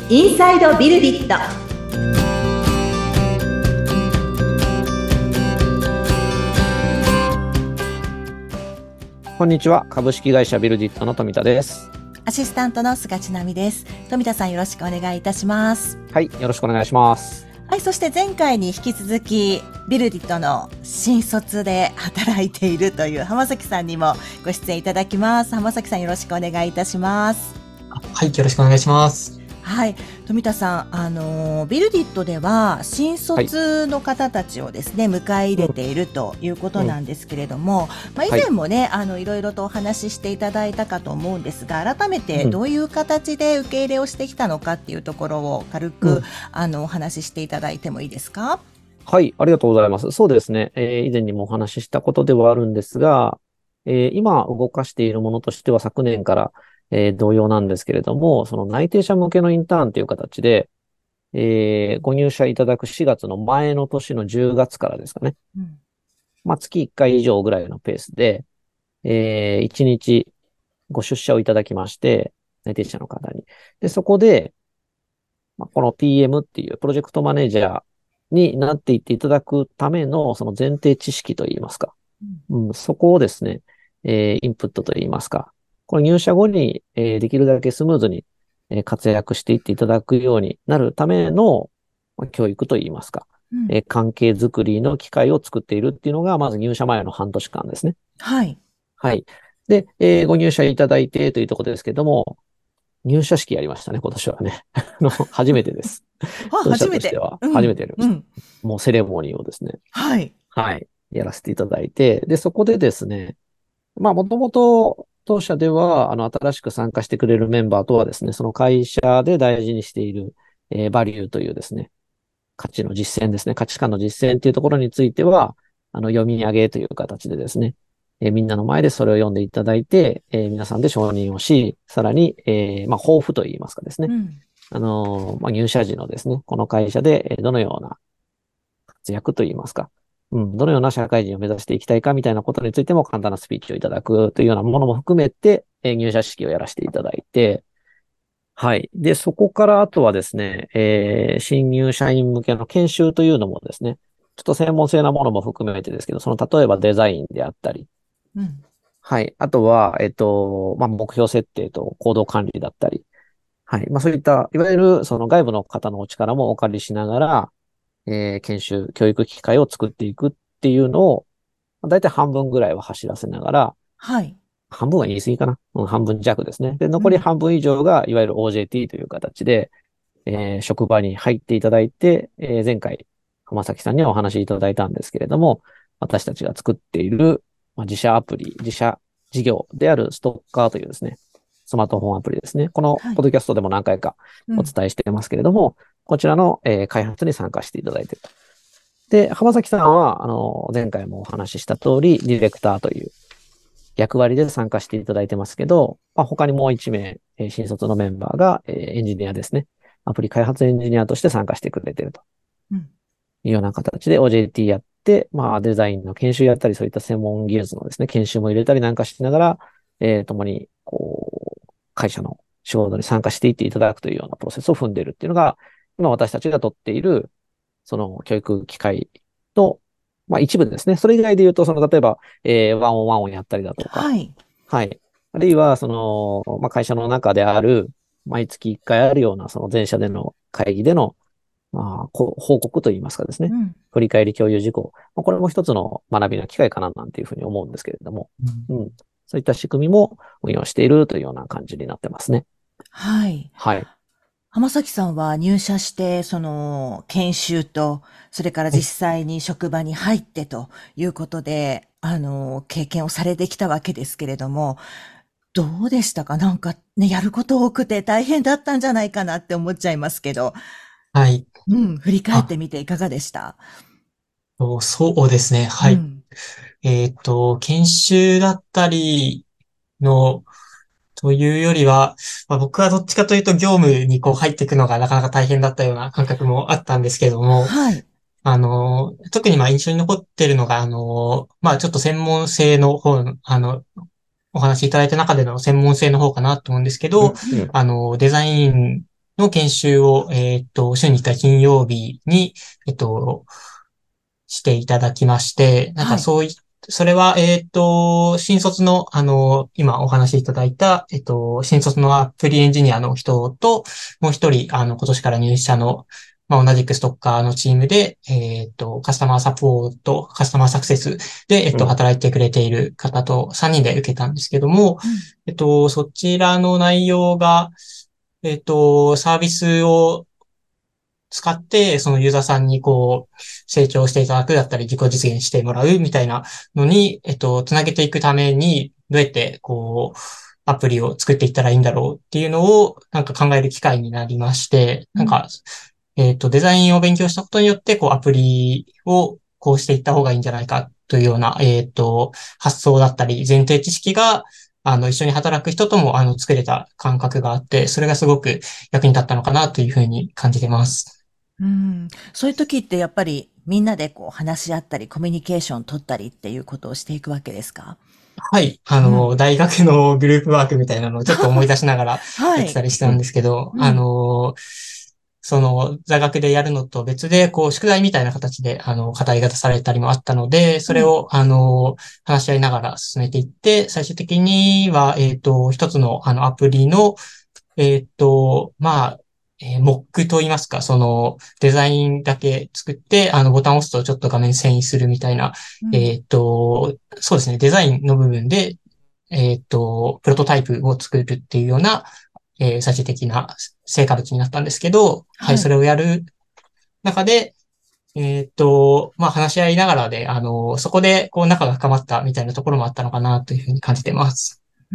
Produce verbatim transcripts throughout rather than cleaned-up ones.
インサイドビルディット。 こんにちは。株式会社ビルディットの富田です。 アシスタントの菅千奈美です。富田さん、よろしくお願いいたします。 はい、よろしくお願いします。 はい、そして前回に引き続きビルディットの新卒で働いているという浜崎さんにもご出演いただきます。浜崎さん、よろしくお願いいたします。 はい、よろしくお願いします。 はい、富田さん、あのビルディットでは新卒の方たちをですね、はい、迎え入れているということなんですけれども、うん、まあ、以前もね、はい、あのいろいろとお話ししていただいたかと思うんですが、改めてどういう形で受け入れをしてきたのかっていうところを軽く、うん、あのお話ししていただいてもいいですか？ はい、ありがとうございます。そうですね、えー、以前にもお話ししたことではあるんですが、えー、今動かしているものとしては昨年からえー、同様なんですけれども、その内定者向けのインターンという形で、えー、ご入社いただくしがつの前の年のじゅうがつからですかね。うん、まあ、月いっかい以上ぐらいのペースで、えー、いちにちご出社をいただきまして、内定者の方に。で、そこで、まあ、この ピーエム っていうプロジェクトマネージャーになっていっていただくためのその前提知識といいますか。うんうん、そこをですね、えー、インプットといいますか。これ入社後に、えー、できるだけスムーズに、えー、活躍していっていただくようになるための、まあ、教育といいますか、うんえー、関係づくりの機会を作っているっていうのが、まず入社前の半年間ですね。 はい。 はい。で、えー、ご入社いただいてというところですけども、入社式やりましたね、今年はね。初めてです。 あ、初めて。 は初めてやりました、うん。もうセレモニーをですね。 はい。 はい。やらせていただいて、で、そこでですね、まあ、もともと、当社では、あの、新しく参加してくれるメンバーとはですね、その会社で大事にしている、えー、バリューというですね、価値の実践ですね、価値観の実践というところについては、あの、読み上げという形でですね、えー、みんなの前でそれを読んでいただいて、えー、皆さんで承認をし、さらに、えー、まあ、抱負といいますかですね、うん、あのー、まあ、入社時のですね、この会社でどのような活躍といいますか、うん、どのような社会人を目指していきたいかみたいなことについても簡単なスピーチをいただくというようなものも含めて、えー、入社式をやらせていただいて、はい。で、そこからあとはですね、えー、新入社員向けの研修というのもですね、ちょっと専門性なものも含めてですけど、その例えばデザインであったり、うん、はい。あとは、えっと、まあ、目標設定と行動管理だったり、はい。まあ、そういった、いわゆるその外部の方のお力もお借りしながら、えー、研修、教育機会を作っていくっていうのを、だいたい半分ぐらいは走らせながら、 はい。 半分は言い過ぎかな、うん、半分弱ですね。で、残り半分以上が、いわゆる オージェーティー という形で、えー、職場に入っていただいて、えー、前回、浜崎さんにはお話しいただいたんですけれども、私たちが作っている、まあ、自社アプリ、自社事業であるストッカーというですね、スマートフォンアプリですね。このポッドキャストでも何回かお伝えしていますけれども、はいうん、こちらの、えー、開発に参加していただいていると。で、浜崎さんは、あの、前回もお話しした通り、ディレクターという役割で参加していただいてますけど、まあ、他にもう一名、えー、新卒のメンバーが、えー、エンジニアですね。アプリ開発エンジニアとして参加してくれていると。うん、いうような形で オージェーティー やって、まあ、デザインの研修やったり、そういった専門技術のですね、研修も入れたりなんかしながら、えー、共に、こう、会社の仕事に参加していっていただくというようなプロセスを踏んでいるっていうのが、今私たちが取っている、その教育機会の、まあ一部ですね。それ以外で言うと、その例えば、えー、ワンオンワンをやったりだとか、 はい。 はい。あるいは、その、まあ会社の中である、毎月いっかいあるような、その全社での会議での、まあ、こ報告といいますかですね。うん、振り返り共有事項。まあ、これも一つの学びの機会かななんていうふうに思うんですけれども、うん、うん。そういった仕組みも運用しているというような感じになってますね。 はい。 はい。 浜崎さんは入社して、その、研修と、それから実際に職場に入ってということで、はい、あの、経験をされてきたわけですけれども、どうでしたか？なんかね、やること多くて大変だったんじゃないかなって思っちゃいますけど。 はい。 うん、振り返ってみていかがでした？ そうですね。はい。うん、えっと、研修だったりの、というよりは、まあ、僕はどっちかというと業務にこう入っていくのがなかなか大変だったような感覚もあったんですけども、 はい。 あの、特にまあ印象に残っているのが、あの、まあちょっと専門性の方の、あの、お話しいただいた中での専門性の方かなと思うんですけど、うん、あの、デザインの研修を、えっと、週にいっかい金曜日に、えっと、していただきまして、なんはい。 かそうい、それは、えっと、新卒の、あの、今お話しいただいた、えっと、新卒のアプリエンジニアの人と、もう一人、あの、今年から入社の、まあ、同じくストッカーのチームで、えっと、カスタマーサポート、カスタマーサクセスで、えっと、 うん。 働いてくれている方とさんにんで受けたんですけども、 うん。 えっと、そちらの内容が、えっと、サービスを使って、そのユーザーさんにこう、成長していただくだったり、自己実現してもらうみたいなのに、えっと、つなげていくために、どうやって、こう、アプリを作っていったらいいんだろうっていうのを、なんか考える機会になりまして、 うん。 なんか、えっと、デザインを勉強したことによって、こう、アプリをこうしていった方がいいんじゃないかというような、えっと、発想だったり、前提知識が、あの、一緒に働く人とも、あの、作れた感覚があって、それがすごく役に立ったのかなというふうに感じてます。 うん。そういう時ってやっぱりみんなでこう話し合ったりコミュニケーション取ったりっていうことをしていくわけですか？ はい。あうん。 の、大学のグループワークみたいなのをちょっと思い出しながらやってはい。 たりしたんでうん。 すけど、あうん。 の、その座学でやるのと別で、こう、宿題みたいな形で、あの、課題が出されたりもあったので、そうん。 れを、あの、話し合いながら進めていって、最終的には、えっと、一つの、あの、アプリの、えっと、まあ、えーモックと言いますか、そのデザインだけ作って、あのボタンを押すとちょっと画面遷移するみたいな、 うん。 えっと、そうですね、デザインの部分で、えっと、プロトタイプを作るっていうような、えー最終的な成果物になったんですけど、はい、 はい。 それをやる中で、えっと、まあ話し合いながらで、あの、そこでこう仲が深まったみたいなところもあったのかなというふうに感じてます。 うん。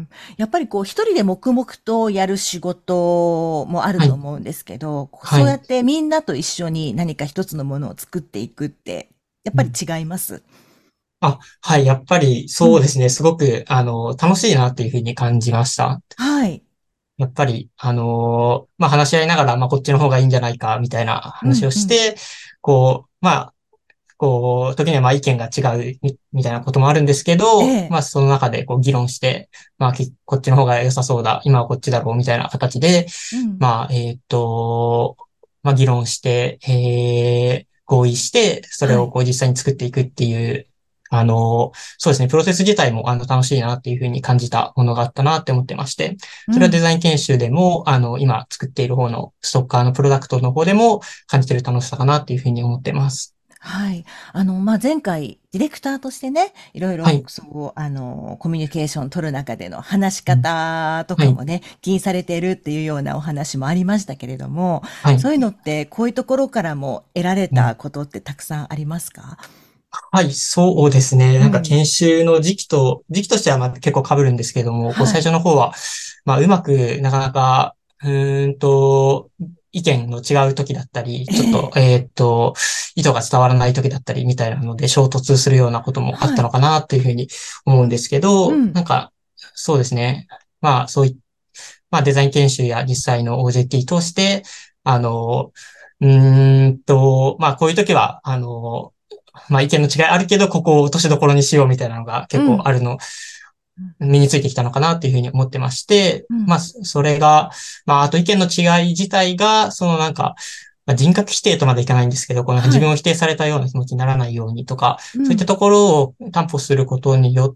やっぱりこう一人で黙々とやる仕事もあるはい、 と思うんですけど、こうはい。 そうやってみんなと一緒に何か一つのものを作っていくって、やっぱりうん。 違います。 あ、はい。やっぱりうん。 そうですね。すごく、あの、楽しいなっていうふうに感じました。 はい。 やっぱり、あのまあ、話し合いながら、まあ、こっちの方がいいんじゃないか、みたいな話をうん、うん。 して、こう、まあ、こう、時にはまあ意見が違うみ、みたいなこともあるんですけど、 ええ。 まあ、その中でこう議論して、まあ、きこっちの方が良さそうだ、今はこっちだろう、みたいな形で、 うん。 まあ、えっと、まあ、議論して、えー、合意して、それはい。 をこう実際に作っていくっていう、あの、そうですね、プロセス自体もあの楽しいなっていうふうに感じたものがあったなって思ってまして、それはデうん。 ザイン研修でも、あの、今作っている方のストッカーのプロダクトの方でも感じている楽しさかなっていうふうに思ってます。 はい。あの、まあ、前回、ディレクターとしてね、いろいろ、 はい。 そう、あの、コミュニケーション取る中での話しうん。 方とはい。 かもね、気にされているっていうようなお話もありましたけれども、 はい。 そういうのって、こういうところからも得られうん。 たことってたくさんありますか？ はい、そうですね。なんかうん。 研修の時期と、時期としてはまあ結構被るんですけども、こう最はい。 初の方は、まあうまくなかなか、うーんと、意見の違う時だったり、 えちょっと、 え。 えーっと、意図が伝わらない時だったりみたいなので衝突するようなこともあっはい。 たのかなというふうに思うんですけど、 うん。 なんか、そうですね。まあそういまあデザイン研修や実際の オージェーティー 通して、あの、うーんと、まあこういう時は、あの、まあ意見の違いあるけど、ここを落としどころにしようみたいなのが結構うん。 あるの、身についてきたのかなっていうふうに思ってまして、 うん。 まあそれが、まああと意見の違い自体が、そのなんか、まあ、人格否定とまでいかないんですけど、こうなんか自はい。 分を否定されたような気持ちにならないようにとか、 うん。 そういったところを担保することによって、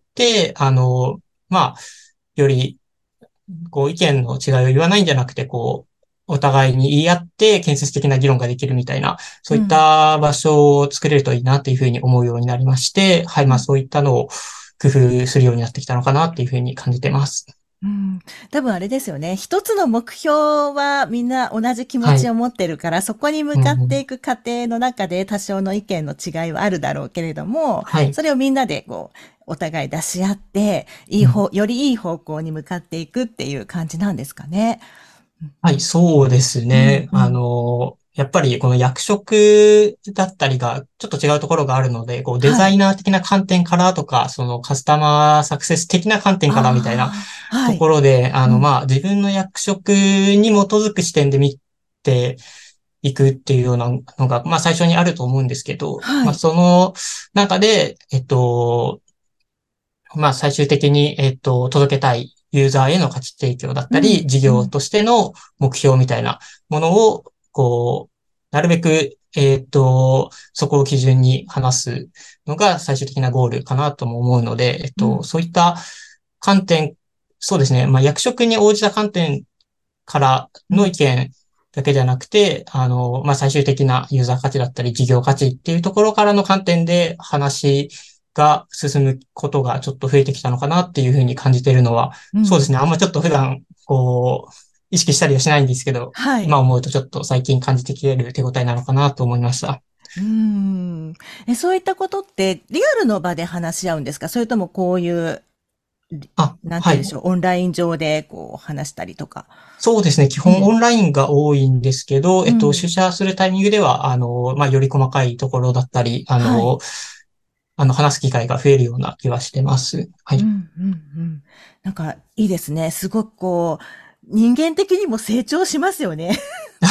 あの、まあ、よりこう意見の違いを言わないんじゃなくて、こう、お互いに言い合って建設的な議論ができるみたいな、そういっうん。 た場所を作れるといいなっていうふうに思うようになりまして、はい、 うん。 まあそういったのを工夫するようになってきたのかなっていうふうに感じてます。 うん、多分あれですよね。一つの目標はみんな同じ気持はい。 ちを持ってるから、そこに向うんかっていうん、 く過程の中で多少の意見の違いはあるだろうけれども、 はい。 それをみんなでこう、お互い出し合って、いいうん、 方、よりいい方向に向かっていくっていう感じなんですかね。 はい、そうですうん、 ね。あうん。 の、やっぱりこの役職だったりがちょっと違うところがあるので、こうデはい。 ザイナー的な観点からとか、そのカスタマーサクセス的な観点からみたいなああ、はとい。 ころで、あの、 うん。 まあ、自分の役職に基づく視点で見ていくっていうようなのが、まあ、最初にあると思うんですけど、まあ、 はい。 その中で、えっと、まあ、最終的に、えっと、届けたいユーザーへの価値提供だったうんり、事業としての目標みたいなものを、こう、なるべく、えっと、そこを基準に話すのが最終的なゴールかなとも思うので、えっと、 うんそういった観点、そうですね。まあ、役職に応じた観点からの意見だけじゃなくて、あの、まあ、最終的なユーザー価値だったり、事業価値っていうところからの観点で話が進むことがちょっと増えてきたのかなっていうふうに感じているのは、 うんそうですね。あんまちょっと普段、こう、意識したりはしないんですけど、 はい。 今思うとちょっと最近感じてきている手応えなのかなと思いました。 うーん。え、そういったことってリアルの場で話し合うんですか？それともこういう、りあ、はい。 なんて言うんでしょう、オンライン上でこう話したりとか。 そうですね。基ええ。 本オンラインが多いんですけど、えっと、 うん。 出社するタイミングでは、あの、まあ、より細かいところだったり、あはい。 の、あの、話す機会が増えるような気はしてます。はい。 うん、うん、うん。なんかいいですね。すごくこう、人間的にも成長しますよね。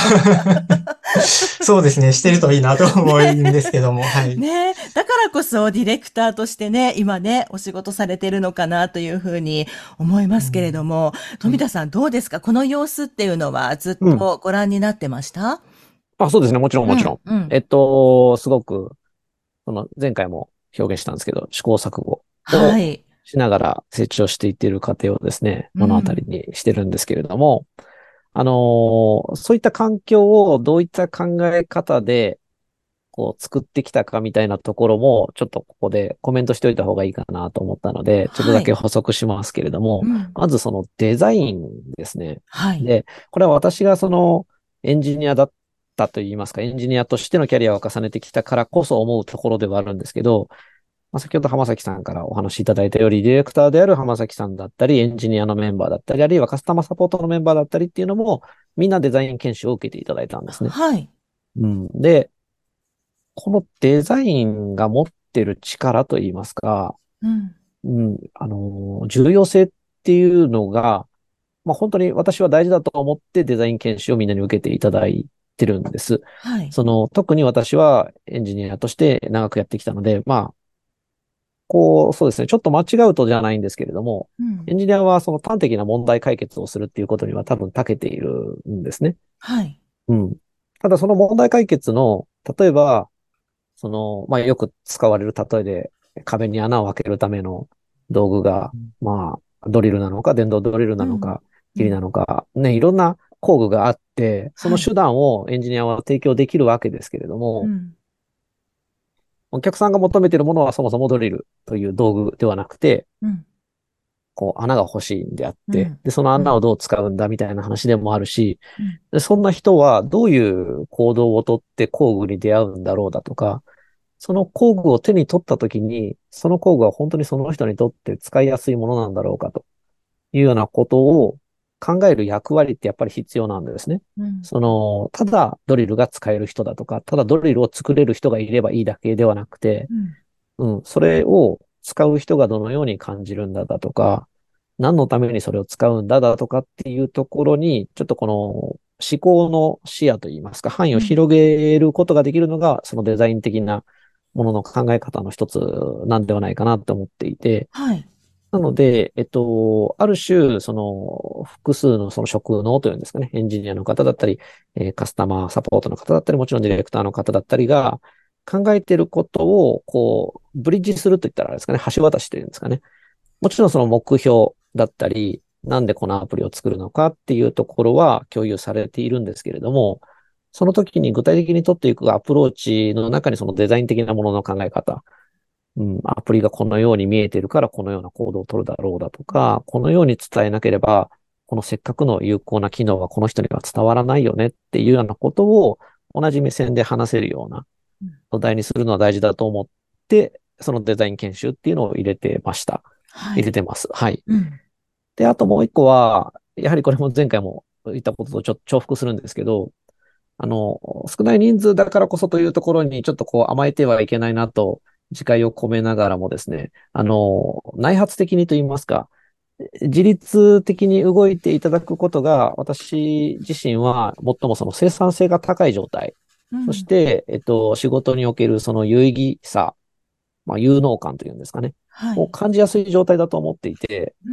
そうですね。してるといいなと思うんですけども、はい。 ねえ。だからこそディレクターとしてね、今ね、お仕事されてるのかなというふうに思いますけれどうん、 も、 はい。 富田さんどうですか？この様子っていうのはずっうん。 とご覧になってました？ あ、そうですね。もちろんうん、 もちろん。 うん。 えっと、すごく、その前回も表現したんですけど、試行錯誤をはい。 しながら成長していっている過程をですね、目の当たりうん。 にしてるんですけれども、あのーそういった環境をどういった考え方で、こう作ってきたかみたいなところも、ちょっとここでコメントしておいた方がいいかなと思ったので、ちょっとはい。 だけ補足しますけれども、 うん。 まずそのデザインですね。 はい。 で、これは私がそのエンジニアだったといいますか、エンジニアとしてのキャリアを重ねてきたからこそ思うところではあるんですけど、まあ、先ほど浜崎さんからお話しいただいたより、ディレクターである浜崎さんだったり、エンジニアのメンバーだったり、あるいはカスタマーサポートのメンバーだったりっていうのも、みんなデザイン研修を受けていただいたんですね。 はい。 うん。で、このデザインが持ってる力といいますか、 うん。 うん、あの、重要性っていうのが、まあ、本当に私は大事だと思ってデザイン研修をみんなに受けていただいてるんです。 はい。 その、特に私はエンジニアとして長くやってきたので、まあ、こう、そうですね、ちょっと間違うとじゃないんですけれども、 うん。 エンジニアはその端的な問題解決をするっていうことには多分長けているんですね。 はい。 うん。ただその問題解決の、例えば、その、まあ、よく使われる例えで、壁に穴を開けるための道具が、まあ、ドリルなのか、電動ドリルうん。 なのか、 うん。 キリなのか、ね、いろんな工具があって、そのはい。 手段をエンジニアは提供できるわけですけれども、 うん。 お客さんが求めているものはそもそもドリルという道具ではなくて、 うん。 こう、穴が欲しいんであって、 うん。 で、そのうん。 穴をどう使うんだみたいな話でもあるし、 うん。 でそんな人はどういう行動をとって工具に出会うんだろうだとか、その工具を手に取ったときに、その工具は本当にその人にとって使いやすいものなんだろうかというようなことを考える役割ってやっぱり必要なんですね。 うん。 その、ただドリルが使える人だとか、ただドリルを作れる人がいればいいだけではなくて、 うん。 うん、それを使う人がどのように感じるんだだとか、何のためにそれを使うんだだとかっていうところに、ちょっとこの思考の視野といいますか、範囲をうん。 広げることができるのが、そのデザイン的なものの考え方の一つなんではないかなと思っていて、 はい。 なので、えっと、ある種、その、複数のその職能というんですかね、エンジニアの方だったり、えーカスタマーサポートの方だったり、もちろんディレクターの方だったりが、考えていることを、こう、ブリッジするといったらあれですかね、橋渡しというんですかね。もちろんその目標だったり、なんでこのアプリを作るのかっていうところは共有されているんですけれども、その時に具体的に取っていくアプローチの中にそのデザイン的なものの考え方、うん、アプリがこのように見えているからこのような行動を取るだろうだとか、このように伝えなければ、このせっかくの有効な機能はこの人には伝わらないよねっていうようなことを同じ目線で話せるようなうん。 土台にするのは大事だと思って、そのデザイン研修っていうのを入れてました。 はい。 入れてます。はい。 うん。 で、あともう一個は、やはりこれも前回も言ったこととちょっと重複するんですけど、あの、少ない人数だからこそというところにちょっとこう甘えてはいけないなと自戒を込めながらもですね、あの、内発的にと言いますか、自律的に動いていただくことが私自身は最もその生産性が高い状態、そしうん。 て、えっと、仕事におけるその有意義さ、まあ、有能感というんですかね、 はい。 を感じやすい状態だと思っていて、 うん。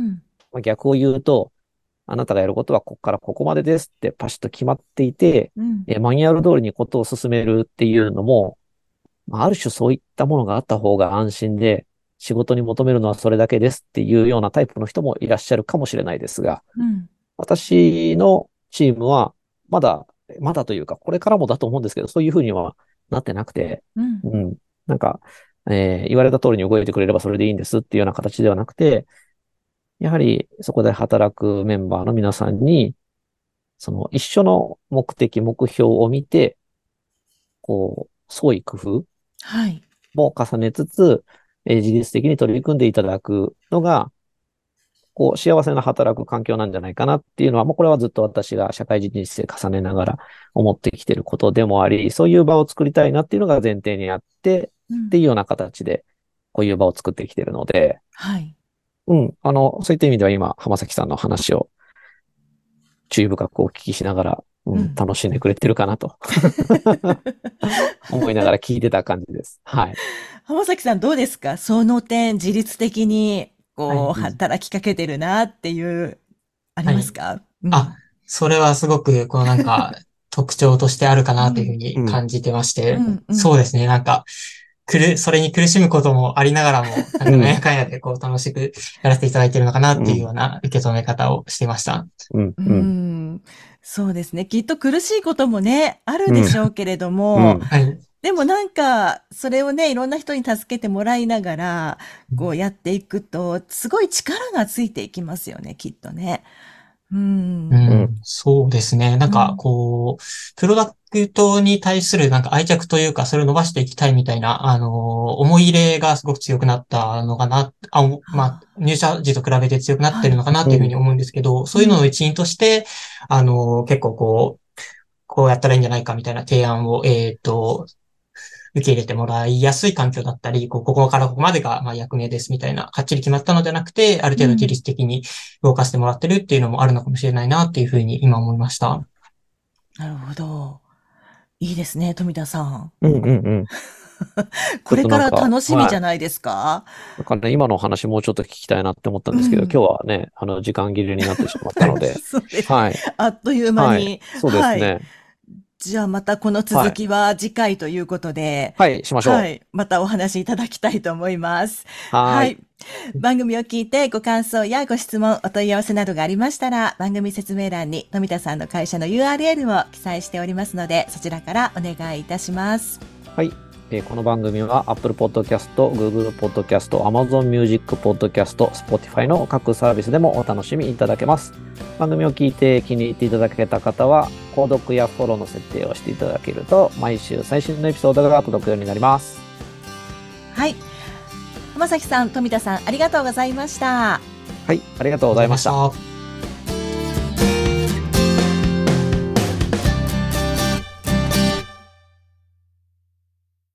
まあ、逆を言うと、あなたがやることはここからここまでですってパシッと決まっていて、 うん。 えマニュアル通りにことを進めるっていうのも、まあある種そういったものがあった方が安心で、仕事に求めるのはそれだけですっていうようなタイプの人もいらっしゃるかもしれないですが、 うん。 私のチームは、まだ、まだというか、これからもだと思うんですけど、そういうふうにはなってなくて、 うん。 うん。なんか、えー言われた通りに動いてくれればそれでいいんですっていうような形ではなくて、やはりそこで働くメンバーの皆さんに、その一緒の目的、目標を見て、こう、創意工夫はい。 も重ねつつ、えー自律的に取り組んでいただくのが、こう、幸せな働く環境なんじゃないかなっていうのは、もうこれはずっと私が社会人人生重ねながら思ってきていることでもあり、そういう場を作りたいなっていうのが前提にあって、 うんっていうような形で、こういう場を作ってきているので、 はい。 うん、あの、そういった意味では今、浜崎さんの話を注意深くお聞きしながら、ううんん、楽しんでくれてるかなと思いながら聞いてた感じです。はい。 浜崎さんどうですか？その点、自律的に、こう、 はい。 働きかけてるなっていう、ありはい。 ますか？うん。 あ、それはすごく、このなんか、特徴としてあるかなというふううん。 うん、 に感じてまして、 うん。うん。 そうですね、なんか、くる、それに苦しむこともありながらも、なんかなんうん、 やかんやでこう楽しくやらせていただいているのかなっていうようん、 うな受け止め方をしていました。 うん、 ううん、 ん。そうですね。きっと苦しいこともね、あるうん、 でしょうけれども、 うん、 はい。 でもなんか、それをね、いろんな人に助けてもらいながら、こうやっていくと、すごい力がついていきますよね、きっとね。うん。 うん、 うん、そうですね。なんか、 うん。 こう、プロダクトに対するなんか愛着というか、それを伸ばしていきたいみたいな、あの、思い入れがすごく強くなったのかな、あ、おまあ、 は入社時と比べて強くなっあはい。 てるのかなうん、 というふうに思うんですけど、そういうののうん。 一員として、あの、結構こう、こうやったらいいんじゃないかみたいな提案を、えっと、受け入れてもらいやすい環境だったり、こうここからここまでがまあ役目ですみたいな、かっちり決まったのではなくて、ある程度自うん。 律的に動かしてもらってるっていうのもあるのかもしれないなっていうふうに今思いました。 なるほど。いいですね、富田さん。 うん、うん、うん。ちょっこれからとなんか、 楽しみじはい。 ゃないですか？ だからね、今のお話もうちょっと聞きたいなって思ったんですけど、 うん。 今日はね、あの、時間切れになってしまったはい。 ので、 そうですね。 はい。 あっという間はい。 に。 そうではい。 すね。 じゃあまたこの続はい。 きは次回ということで、 はい、しましょはい。またお話しいただきたいと思います。 う。はーい。 はい。番組を聞いてご感想やご質問、お問い合わせなどがありましたら、番組説明欄に富田さんの会社の ユーアールエル を記載しておりますので、そちらからお願いいたします。 はい。えーこの番組は Apple Podcast、Google Podcast、Amazon Music Podcast、Spotify の各サービスでもお楽しみいただけます。番組を聞いて気に入っていただけた方は、購読やフォローの設定をしていただけると、毎週最新のエピソードが届くようになります。 はい。浜崎さん、富田さん、ありがとうございました。 はい。ありがとうごございまざいました。 した。